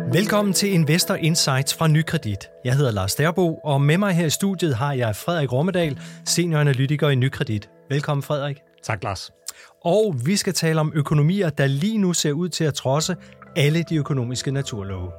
Velkommen til Investor Insights fra Nykredit. Jeg hedder Lars Derbo, og med mig her i studiet har jeg Frederik Rommedal, senioranalytiker i Nykredit. Velkommen, Frederik. Tak, Lars. Og vi skal tale om økonomier, der lige nu ser ud til at trodse alle de økonomiske naturlove.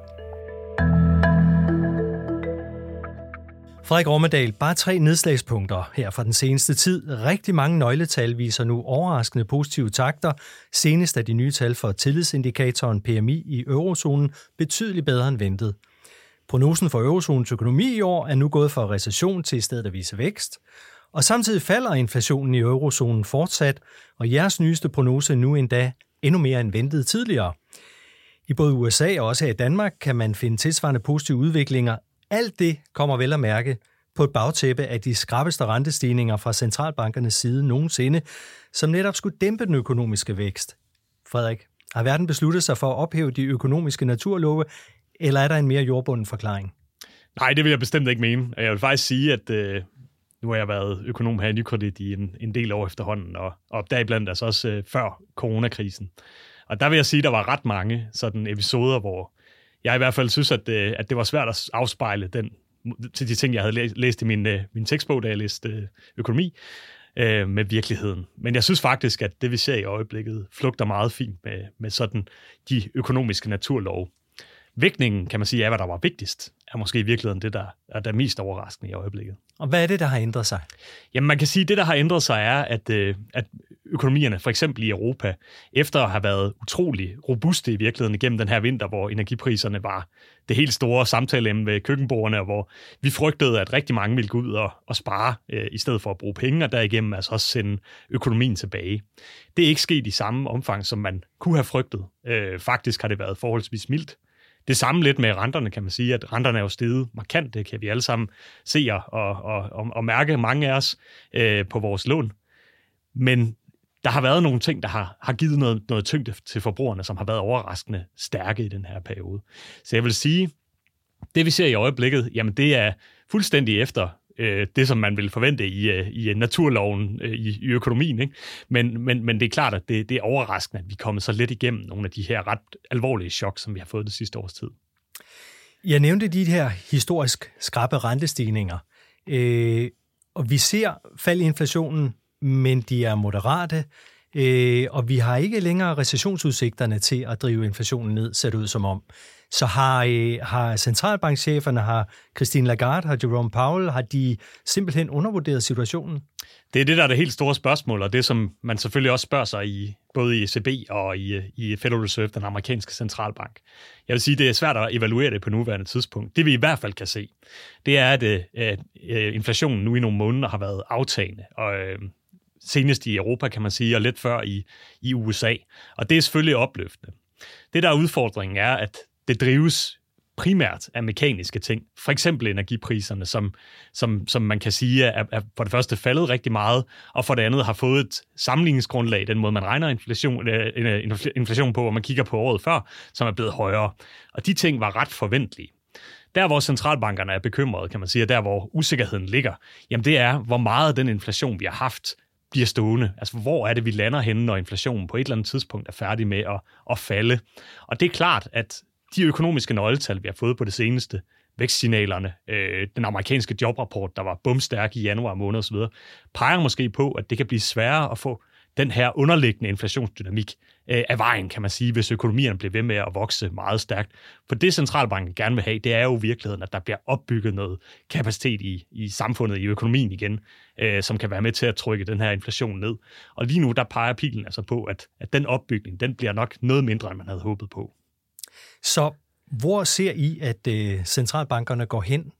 Frederik Rommedal, bare 3 nedslagspunkter her fra den seneste tid. Rigtig mange nøgletal viser nu overraskende positive takter. Senest er de nye tal for tillidsindikatoren PMI i eurozonen betydeligt bedre end ventet. Prognosen for eurozonens økonomi i år er nu gået fra recession til i stedet at vise vækst. Og samtidig falder inflationen i eurozonen fortsat, og jeres nyeste prognose nu endda endnu mere end ventet tidligere. I både USA og også her i Danmark kan man finde tilsvarende positive udviklinger. Alt det kommer vel at mærke på et bagtæppe af de skrappeste rentestigninger fra centralbankernes side nogensinde, som netop skulle dæmpe den økonomiske vækst. Frederik, har verden besluttet sig for at ophæve de økonomiske naturlove, eller er der en mere jordbunden forklaring? Nej, det vil jeg bestemt ikke mene. Jeg vil faktisk sige, at nu har jeg været økonom her i Nykredit i en del år efterhånden, og deriblandt altså også før coronakrisen. Og der vil jeg sige, at der var ret mange sådan episoder, hvor jeg i hvert fald synes, at det var svært at afspejle til de ting, jeg havde læst i min tekstbog, da jeg læste økonomi, med virkeligheden. Men jeg synes faktisk, at det, vi ser i øjeblikket, flugter meget fint med sådan de økonomiske naturlove. Vægtningen, kan man sige, af hvad der var vigtigst, er måske i virkeligheden det, der er mest overraskende i øjeblikket. Og hvad er det, der har ændret sig? Jamen, man kan sige, at det, der har ændret sig, er, at økonomierne, for eksempel i Europa, efter at have været utrolig robuste i virkeligheden igennem den her vinter, hvor energipriserne var det helt store samtaleemne ved køkkenbordene, og hvor vi frygtede, at rigtig mange ville gå ud og spare, i stedet for at bruge penge, og derigennem altså også sende økonomien tilbage. Det er ikke sket i samme omfang, som man kunne have frygtet. Faktisk har det været forholdsvis mildt. Det samme lidt med renterne, kan man sige, at renterne er jo steget markant. Det kan vi alle sammen se og mærke, mange af os, på vores lån. Men der har været nogle ting, der har givet noget tyngde til forbrugerne, som har været overraskende stærke i den her periode. Så jeg vil sige, det vi ser i øjeblikket, jamen det er fuldstændig efter det, som man vil forvente i naturloven, i økonomien. Ikke? Men det er klart, at det er overraskende, at vi er kommet så let igennem nogle af de her ret alvorlige chok, som vi har fået det sidste års tid. Jeg nævnte de her historisk skrappe rentestigninger, og vi ser fald i inflationen, men de er moderate, og vi har ikke længere recessionsudsigterne til at drive inflationen ned, ser det ud som om. Så har centralbankcheferne, har Christine Lagarde, har Jerome Powell, har de simpelthen undervurderet situationen? Det er det, der er det helt store spørgsmål, og det, som man selvfølgelig også spørger sig i både i ECB og i Federal Reserve, den amerikanske centralbank. Jeg vil sige, det er svært at evaluere det på nuværende tidspunkt. Det vi i hvert fald kan se, det er, at inflationen nu i nogle måneder har været aftagende, og senest i Europa, kan man sige, og lidt før i USA. Og det er selvfølgelig opløftende. Det, der er udfordringen, er, at det drives primært af mekaniske ting. For eksempel energipriserne, som man kan sige er for det første faldet rigtig meget, og for det andet har fået et sammenligningsgrundlag, den måde man regner inflation på, hvor man kigger på året før, som er blevet højere. Og de ting var ret forventelige. Der, hvor centralbankerne er bekymrede, kan man sige, og der, hvor usikkerheden ligger, jamen det er, hvor meget af den inflation, vi har haft, bliver stående. Altså, hvor er det, vi lander henne, når inflationen på et eller andet tidspunkt er færdig med at falde? Og det er klart, at de økonomiske nøgletal, vi har fået på det seneste, vækstsignalerne, den amerikanske jobrapport, der var bumstærk i januar måned osv., peger måske på, at det kan blive sværere at få den her underliggende inflationsdynamik af vejen, kan man sige, hvis økonomierne bliver ved med at vokse meget stærkt. For det centralbanken gerne vil have, det er jo i virkeligheden, at der bliver opbygget noget kapacitet i samfundet, i økonomien igen, som kan være med til at trykke den her inflation ned. Og lige nu, der peger pilen altså på, at den opbygning, den bliver nok noget mindre, end man havde håbet på. Så hvor ser I, at centralbankerne går hen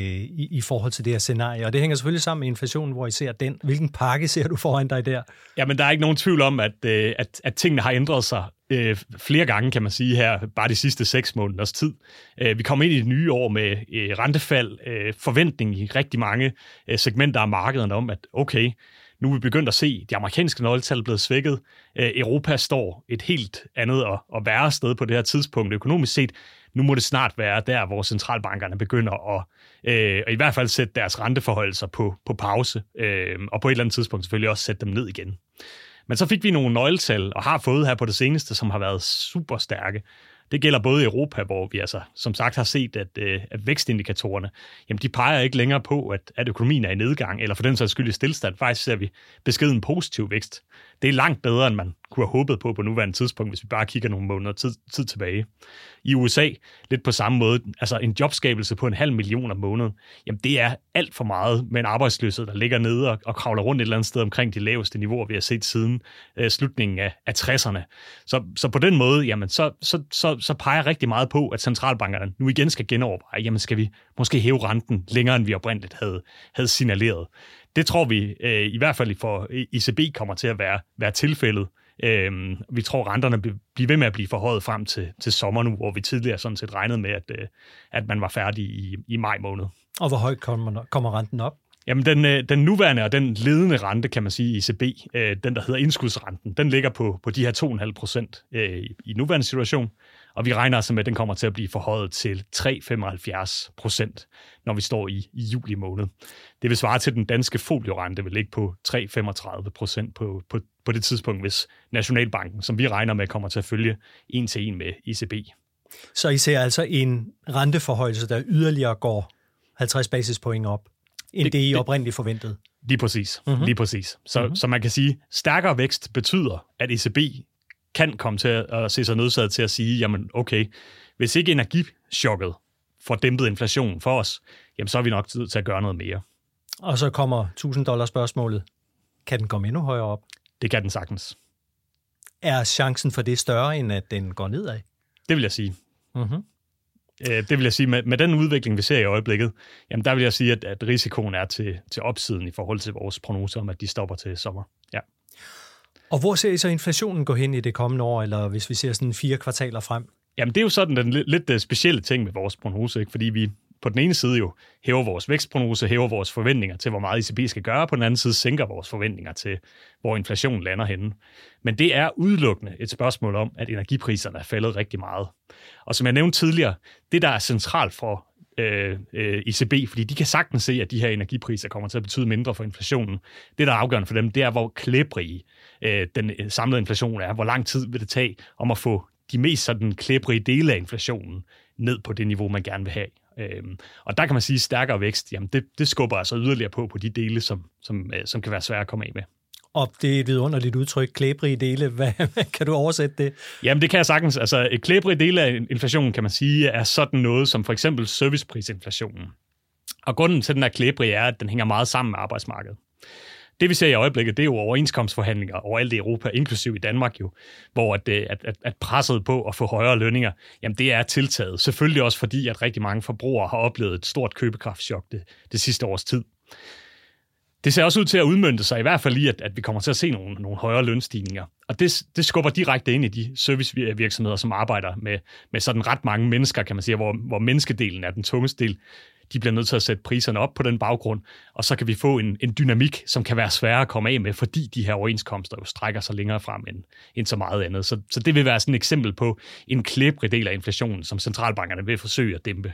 i forhold til det her scenarie? Og det hænger selvfølgelig sammen med inflationen, hvor I ser den. Hvilken pakke ser du foran dig der? Jamen, der er ikke nogen tvivl om, at tingene har ændret sig flere gange, kan man sige her, bare de sidste 6 måneders tid. Vi kommer ind i det nye år med rentefald, forventning i rigtig mange segmenter af markederne om, at okay, nu er vi begyndt at se, at de amerikanske nøgletal er blevet svækket. Europa står et helt andet og værre sted på det her tidspunkt økonomisk set. Nu må det snart være der, hvor centralbankerne begynder at i hvert fald sætte deres renteforholdelser på pause, og på et eller andet tidspunkt selvfølgelig også sætte dem ned igen. Men så fik vi nogle nøgletal, og har fået her på det seneste, som har været super stærke. Det gælder både i Europa, hvor vi altså som sagt har set, at vækstindikatorerne, jamen de peger ikke længere på, at økonomien er i nedgang, eller for den sags skyld i stillstand. Faktisk ser vi beskeden positiv vækst. Det er langt bedre, end man kunne have håbet på nuværende tidspunkt, hvis vi bare kigger nogle måneder tid tilbage. I USA, lidt på samme måde, altså en jobskabelse på 500.000 om måneden, jamen det er alt for meget med en arbejdsløshed, der ligger nede og kravler rundt et eller andet sted omkring de laveste niveauer, vi har set siden slutningen af 60'erne. Så på den måde, jamen så peger rigtig meget på, at centralbankerne nu igen skal genoverveje, jamen skal vi måske hæve renten længere, end vi oprindeligt havde signaleret. Det tror vi i hvert fald for ECB kommer til at være tilfældet. Vi tror, renterne bliver ved med at blive forhøjet frem til sommer nu, hvor vi tidligere sådan set regnede med, at man var færdig i maj måned. Og hvor højt kommer renten op? Jamen, den nuværende og den ledende rente, kan man sige, i ECB, den der hedder indskudsrenten, den ligger på de her 2,5% i nuværende situation, og vi regner altså med, at den kommer til at blive forhøjet til 3,75%, når vi står i juli måned. Det vil svare til, at den danske foliorente vil ligge på 3,35% på det tidspunkt, hvis Nationalbanken, som vi regner med, kommer til at følge 1-1 med ECB. Så I ser altså en renteforhøjelse, der yderligere går 50 basispoint op, end det I oprindeligt forventede? Lige præcis. Mm-hmm. Lige præcis. Så man kan sige, stærkere vækst betyder, at ECB kan komme til at se sig nødsaget til at sige, jamen okay, hvis ikke energichokket får dæmpet inflationen for os, jamen så er vi nok tid til at gøre noget mere. Og så kommer $1.000 spørgsmålet. Kan den komme endnu højere op? Det kan den sagtens. Er chancen for det større, end at den går nedad? Det vil jeg sige. Mm-hmm. Det vil jeg sige, med den udvikling, vi ser i øjeblikket, jamen der vil jeg sige, at risikoen er til opsiden i forhold til vores prognoser om, at de stopper til sommer. Ja. Og hvor ser I så inflationen gå hen i det kommende år, eller hvis vi ser sådan 4 kvartaler frem? Jamen det er jo sådan den lidt specielle ting med vores prognose, ikke? Fordi vi på den ene side jo hæver vores vækstprognose, hæver vores forventninger til, hvor meget ECB skal gøre, på den anden side sænker vores forventninger til, hvor inflationen lander henne. Men det er udelukkende et spørgsmål om, at energipriserne er faldet rigtig meget. Og som jeg nævnte tidligere, det der er centralt for ECB, fordi de kan sagtens se, at de her energipriser kommer til at betyde mindre for inflationen. Det, der er afgørende for dem, det er, hvor klæbrige den samlede inflation er. Hvor lang tid vil det tage om at få de mest sådan klæbrige dele af inflationen ned på det niveau, man gerne vil have. Og der kan man sige, at stærkere vækst, jamen det skubber altså yderligere på de dele, som kan være svære at komme af med. Og det er et vidunderligt udtryk, klæbrige dele. Hvad kan du oversætte det? Jamen det kan jeg sagtens. Altså et klæbrige dele af inflationen, kan man sige, er sådan noget som for eksempel serviceprisinflationen. Og grunden til den her klæbrige er, at den hænger meget sammen med arbejdsmarkedet. Det vi ser i øjeblikket, det er jo overenskomstforhandlinger overalt i Europa, inklusiv i Danmark jo, hvor at presset på at få højere lønninger, jamen det er tiltaget. Selvfølgelig også fordi, at rigtig mange forbrugere har oplevet et stort købekraftschok det sidste års tid. Det ser også ud til at udmønte sig, i hvert fald i, at vi kommer til at se nogle højere lønstigninger. Og det skubber direkte ind i de servicevirksomheder, som arbejder med sådan ret mange mennesker, kan man sige, hvor menneskedelen er den tungeste del. De bliver nødt til at sætte priserne op på den baggrund, og så kan vi få en dynamik, som kan være sværere at komme af med, fordi de her overenskomster jo strækker sig længere frem end så meget andet. Så det vil være sådan et eksempel på en klæbrig del af inflationen, som centralbankerne vil forsøge at dæmpe.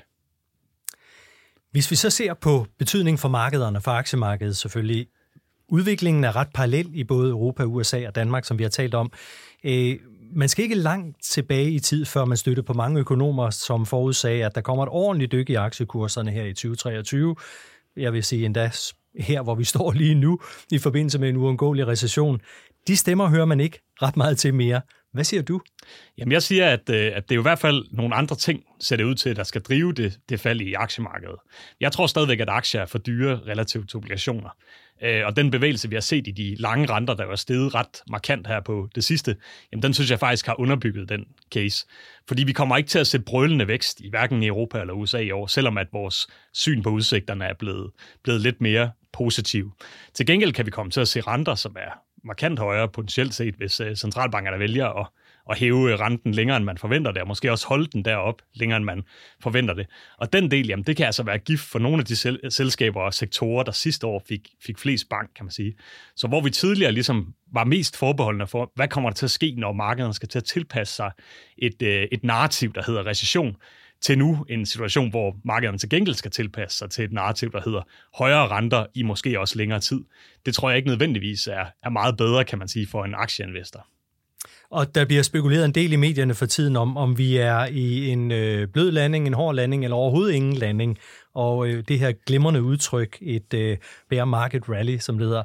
Hvis vi så ser på betydningen for markederne, for aktiemarkedet selvfølgelig, udviklingen er ret parallel i både Europa, USA og Danmark, som vi har talt om. Man skal ikke langt tilbage i tid, før man støttede på mange økonomer, som forudsagde, at der kommer et ordentligt dyk i aktiekurserne her i 2023. Jeg vil sige endda her, hvor vi står lige nu, i forbindelse med en uundgåelig recession. De stemmer hører man ikke ret meget til mere. Hvad siger du? Jamen jeg siger, at det er jo i hvert fald nogle andre ting, ser det ud til, der skal drive det fald i aktiemarkedet. Jeg tror stadigvæk, at aktier er for dyre relativt til obligationer. Og den bevægelse, vi har set i de lange renter, der var steget ret markant her på det sidste, jamen den synes jeg faktisk har underbygget den case. Fordi vi kommer ikke til at se brølende vækst i hverken i Europa eller USA i år, selvom at vores syn på udsigterne er blevet lidt mere positiv. Til gengæld kan vi komme til at se renter, som er markant højere potentielt set, hvis centralbankerne vælger at hæve renten længere, end man forventer det, og måske også holde den derop længere, end man forventer det. Og den del, jamen, det kan altså være gift for nogle af de selskaber og sektorer, der sidste år fik flest bank, kan man sige. Så hvor vi tidligere ligesom var mest forbeholdende for, hvad kommer der til at ske, når markederne skal til at tilpasse sig et narrativ, der hedder recession, til nu en situation, hvor markederne til gengæld skal tilpasse sig til et narrativ, der hedder højere renter i måske også længere tid. Det tror jeg ikke nødvendigvis er meget bedre, kan man sige, for en aktieinvestor. Og der bliver spekuleret en del i medierne for tiden om vi er i en blød landing, en hård landing, eller overhovedet ingen landing. Og det her glimrende udtryk, et bear market rally, som det hedder,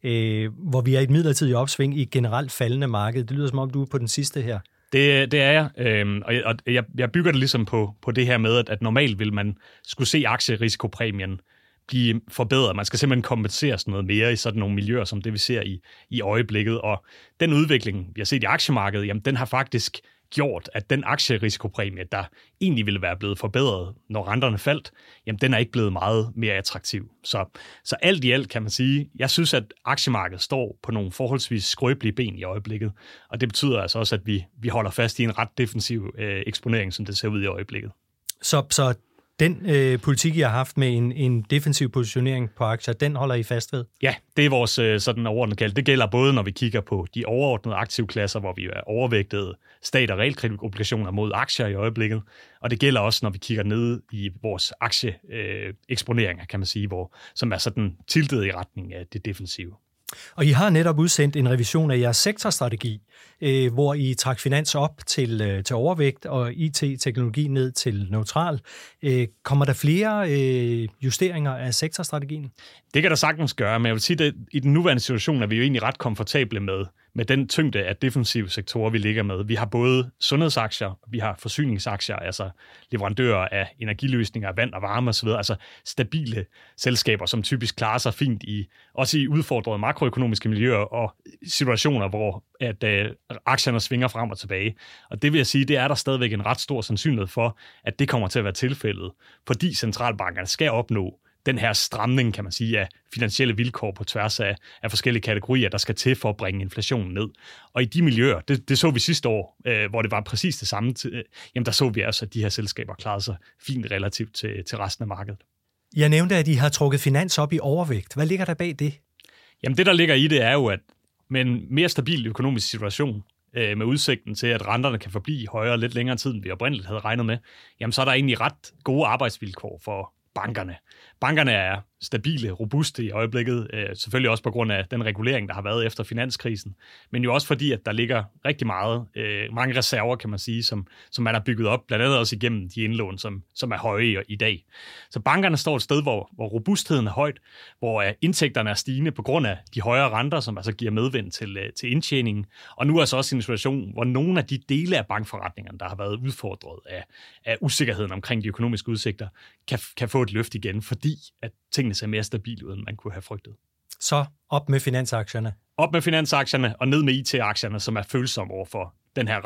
hvor vi er i et midlertidigt opsving i et generelt faldende marked. Det lyder som om, du er på den sidste her. Det er jeg, og jeg bygger det ligesom på det her med, at normalt vil man skulle se aktierisikopræmien blive forbedret. Man skal simpelthen kompensere sådan noget mere i sådan nogle miljøer, som det vi ser i øjeblikket. Og den udvikling, vi har set i aktiemarkedet, jamen den har faktisk gjort, at den aktierisikopræmie, der egentlig ville være blevet forbedret, når renterne faldt, jamen den er ikke blevet meget mere attraktiv. Så alt i alt kan man sige, jeg synes, at aktiemarkedet står på nogle forholdsvis skrøbelige ben i øjeblikket, og det betyder altså også, at vi holder fast i en ret defensiv eksponering, som det ser ud i øjeblikket. Så den politik, I har haft med en defensiv positionering på aktier, den holder I fast ved? Ja, det er vores sådan overordnede kald. Det gælder både, når vi kigger på de overordnede aktivklasser, hvor vi er overvægtet stat- og realkreditobligationer mod aktier i øjeblikket, og det gælder også, når vi kigger ned i vores aktieeksponeringer, kan man sige, som er sådan tiltet i retning af det defensive. Og I har netop udsendt en revision af jeres sektorstrategi, hvor I trak finans op til overvægt og IT-teknologi ned til neutral. Kommer der flere justeringer af sektorstrategien? Det kan der sagtens gøre, men jeg vil sige, at i den nuværende situation er vi jo egentlig ret komfortable med den tyngde af defensive sektorer, vi ligger med. Vi har både sundhedsaktier, vi har forsyningsaktier, altså leverandører af energiløsninger, vand og varme osv., altså stabile selskaber, som typisk klarer sig fint også i udfordrede makroøkonomiske miljøer og situationer, hvor aktierne svinger frem og tilbage. Og det vil jeg sige, det er der stadigvæk en ret stor sandsynlighed for, at det kommer til at være tilfældet, fordi centralbankerne skal opnå den her stramning, kan man sige, af finansielle vilkår på tværs af forskellige kategorier, der skal til for at bringe inflationen ned. Og i de miljøer, det så vi sidste år, hvor det var præcis det samme, jamen der så vi også, at de her selskaber klarede sig fint relativt til resten af markedet. Jeg nævnte, at I har trukket finans op i overvægt. Hvad ligger der bag det? Jamen det, der ligger i det, er jo, at med en mere stabil økonomisk situation, med udsigten til, at renterne kan forblive højere lidt længere tid, end vi oprindeligt havde regnet med, jamen så er der egentlig ret gode arbejdsvilkår for bankerne. Bankerne er stabile, robuste i øjeblikket, selvfølgelig også på grund af den regulering, der har været efter finanskrisen, men jo også fordi, at der ligger rigtig mange reserver, kan man sige, som man har bygget op, blandt andet også igennem de indlån, som er høje i dag. Så bankerne står et sted, hvor robustheden er højt, hvor indtægterne er stigende på grund af de højere renter, som altså giver medvind til indtjeningen, og nu er så også en situation, hvor nogle af de dele af bankforretningerne, der har været udfordret af usikkerheden omkring de økonomiske udsigter, kan få et løft igen, fordi at tingene ser mere stabile ud, end man kunne have frygtet. Så op med finansaktierne. Op med finansaktierne og ned med IT-aktierne, som er følsomme over for den her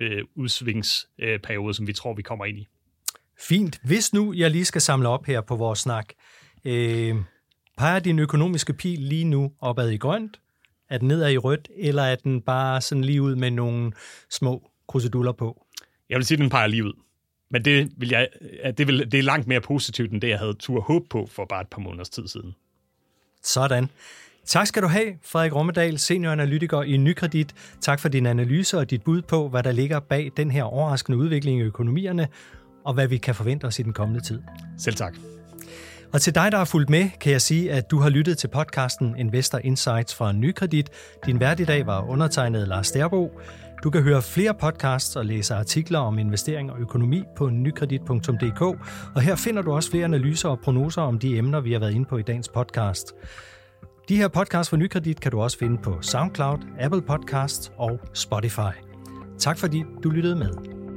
renteudsvingsperiode, som vi tror, vi kommer ind i. Fint. Hvis nu jeg lige skal samle op her på vores snak, peger din økonomiske pil lige nu opad i grønt? Er den nedad i rødt, eller er den bare sådan lige ud med nogle små kruseduller på? Jeg vil sige, at den peger lige ud. Men det er langt mere positivt, end det, jeg havde tur håb på for bare et par måneders tid siden. Sådan. Tak skal du have, Frederik Rommedal, senioranalytiker i Nykredit. Tak for din analyse og dit bud på, hvad der ligger bag den her overraskende udvikling i økonomierne, og hvad vi kan forvente os i den kommende tid. Selv tak. Og til dig, der har fulgt med, kan jeg sige, at du har lyttet til podcasten Investor Insights fra Nykredit. Din vært i dag var undertegnet Lars Sterbo. Du kan høre flere podcasts og læse artikler om investering og økonomi på nykredit.dk, og her finder du også flere analyser og prognoser om de emner, vi har været inde på i dagens podcast. De her podcasts fra Nykredit kan du også finde på SoundCloud, Apple Podcasts og Spotify. Tak fordi du lyttede med.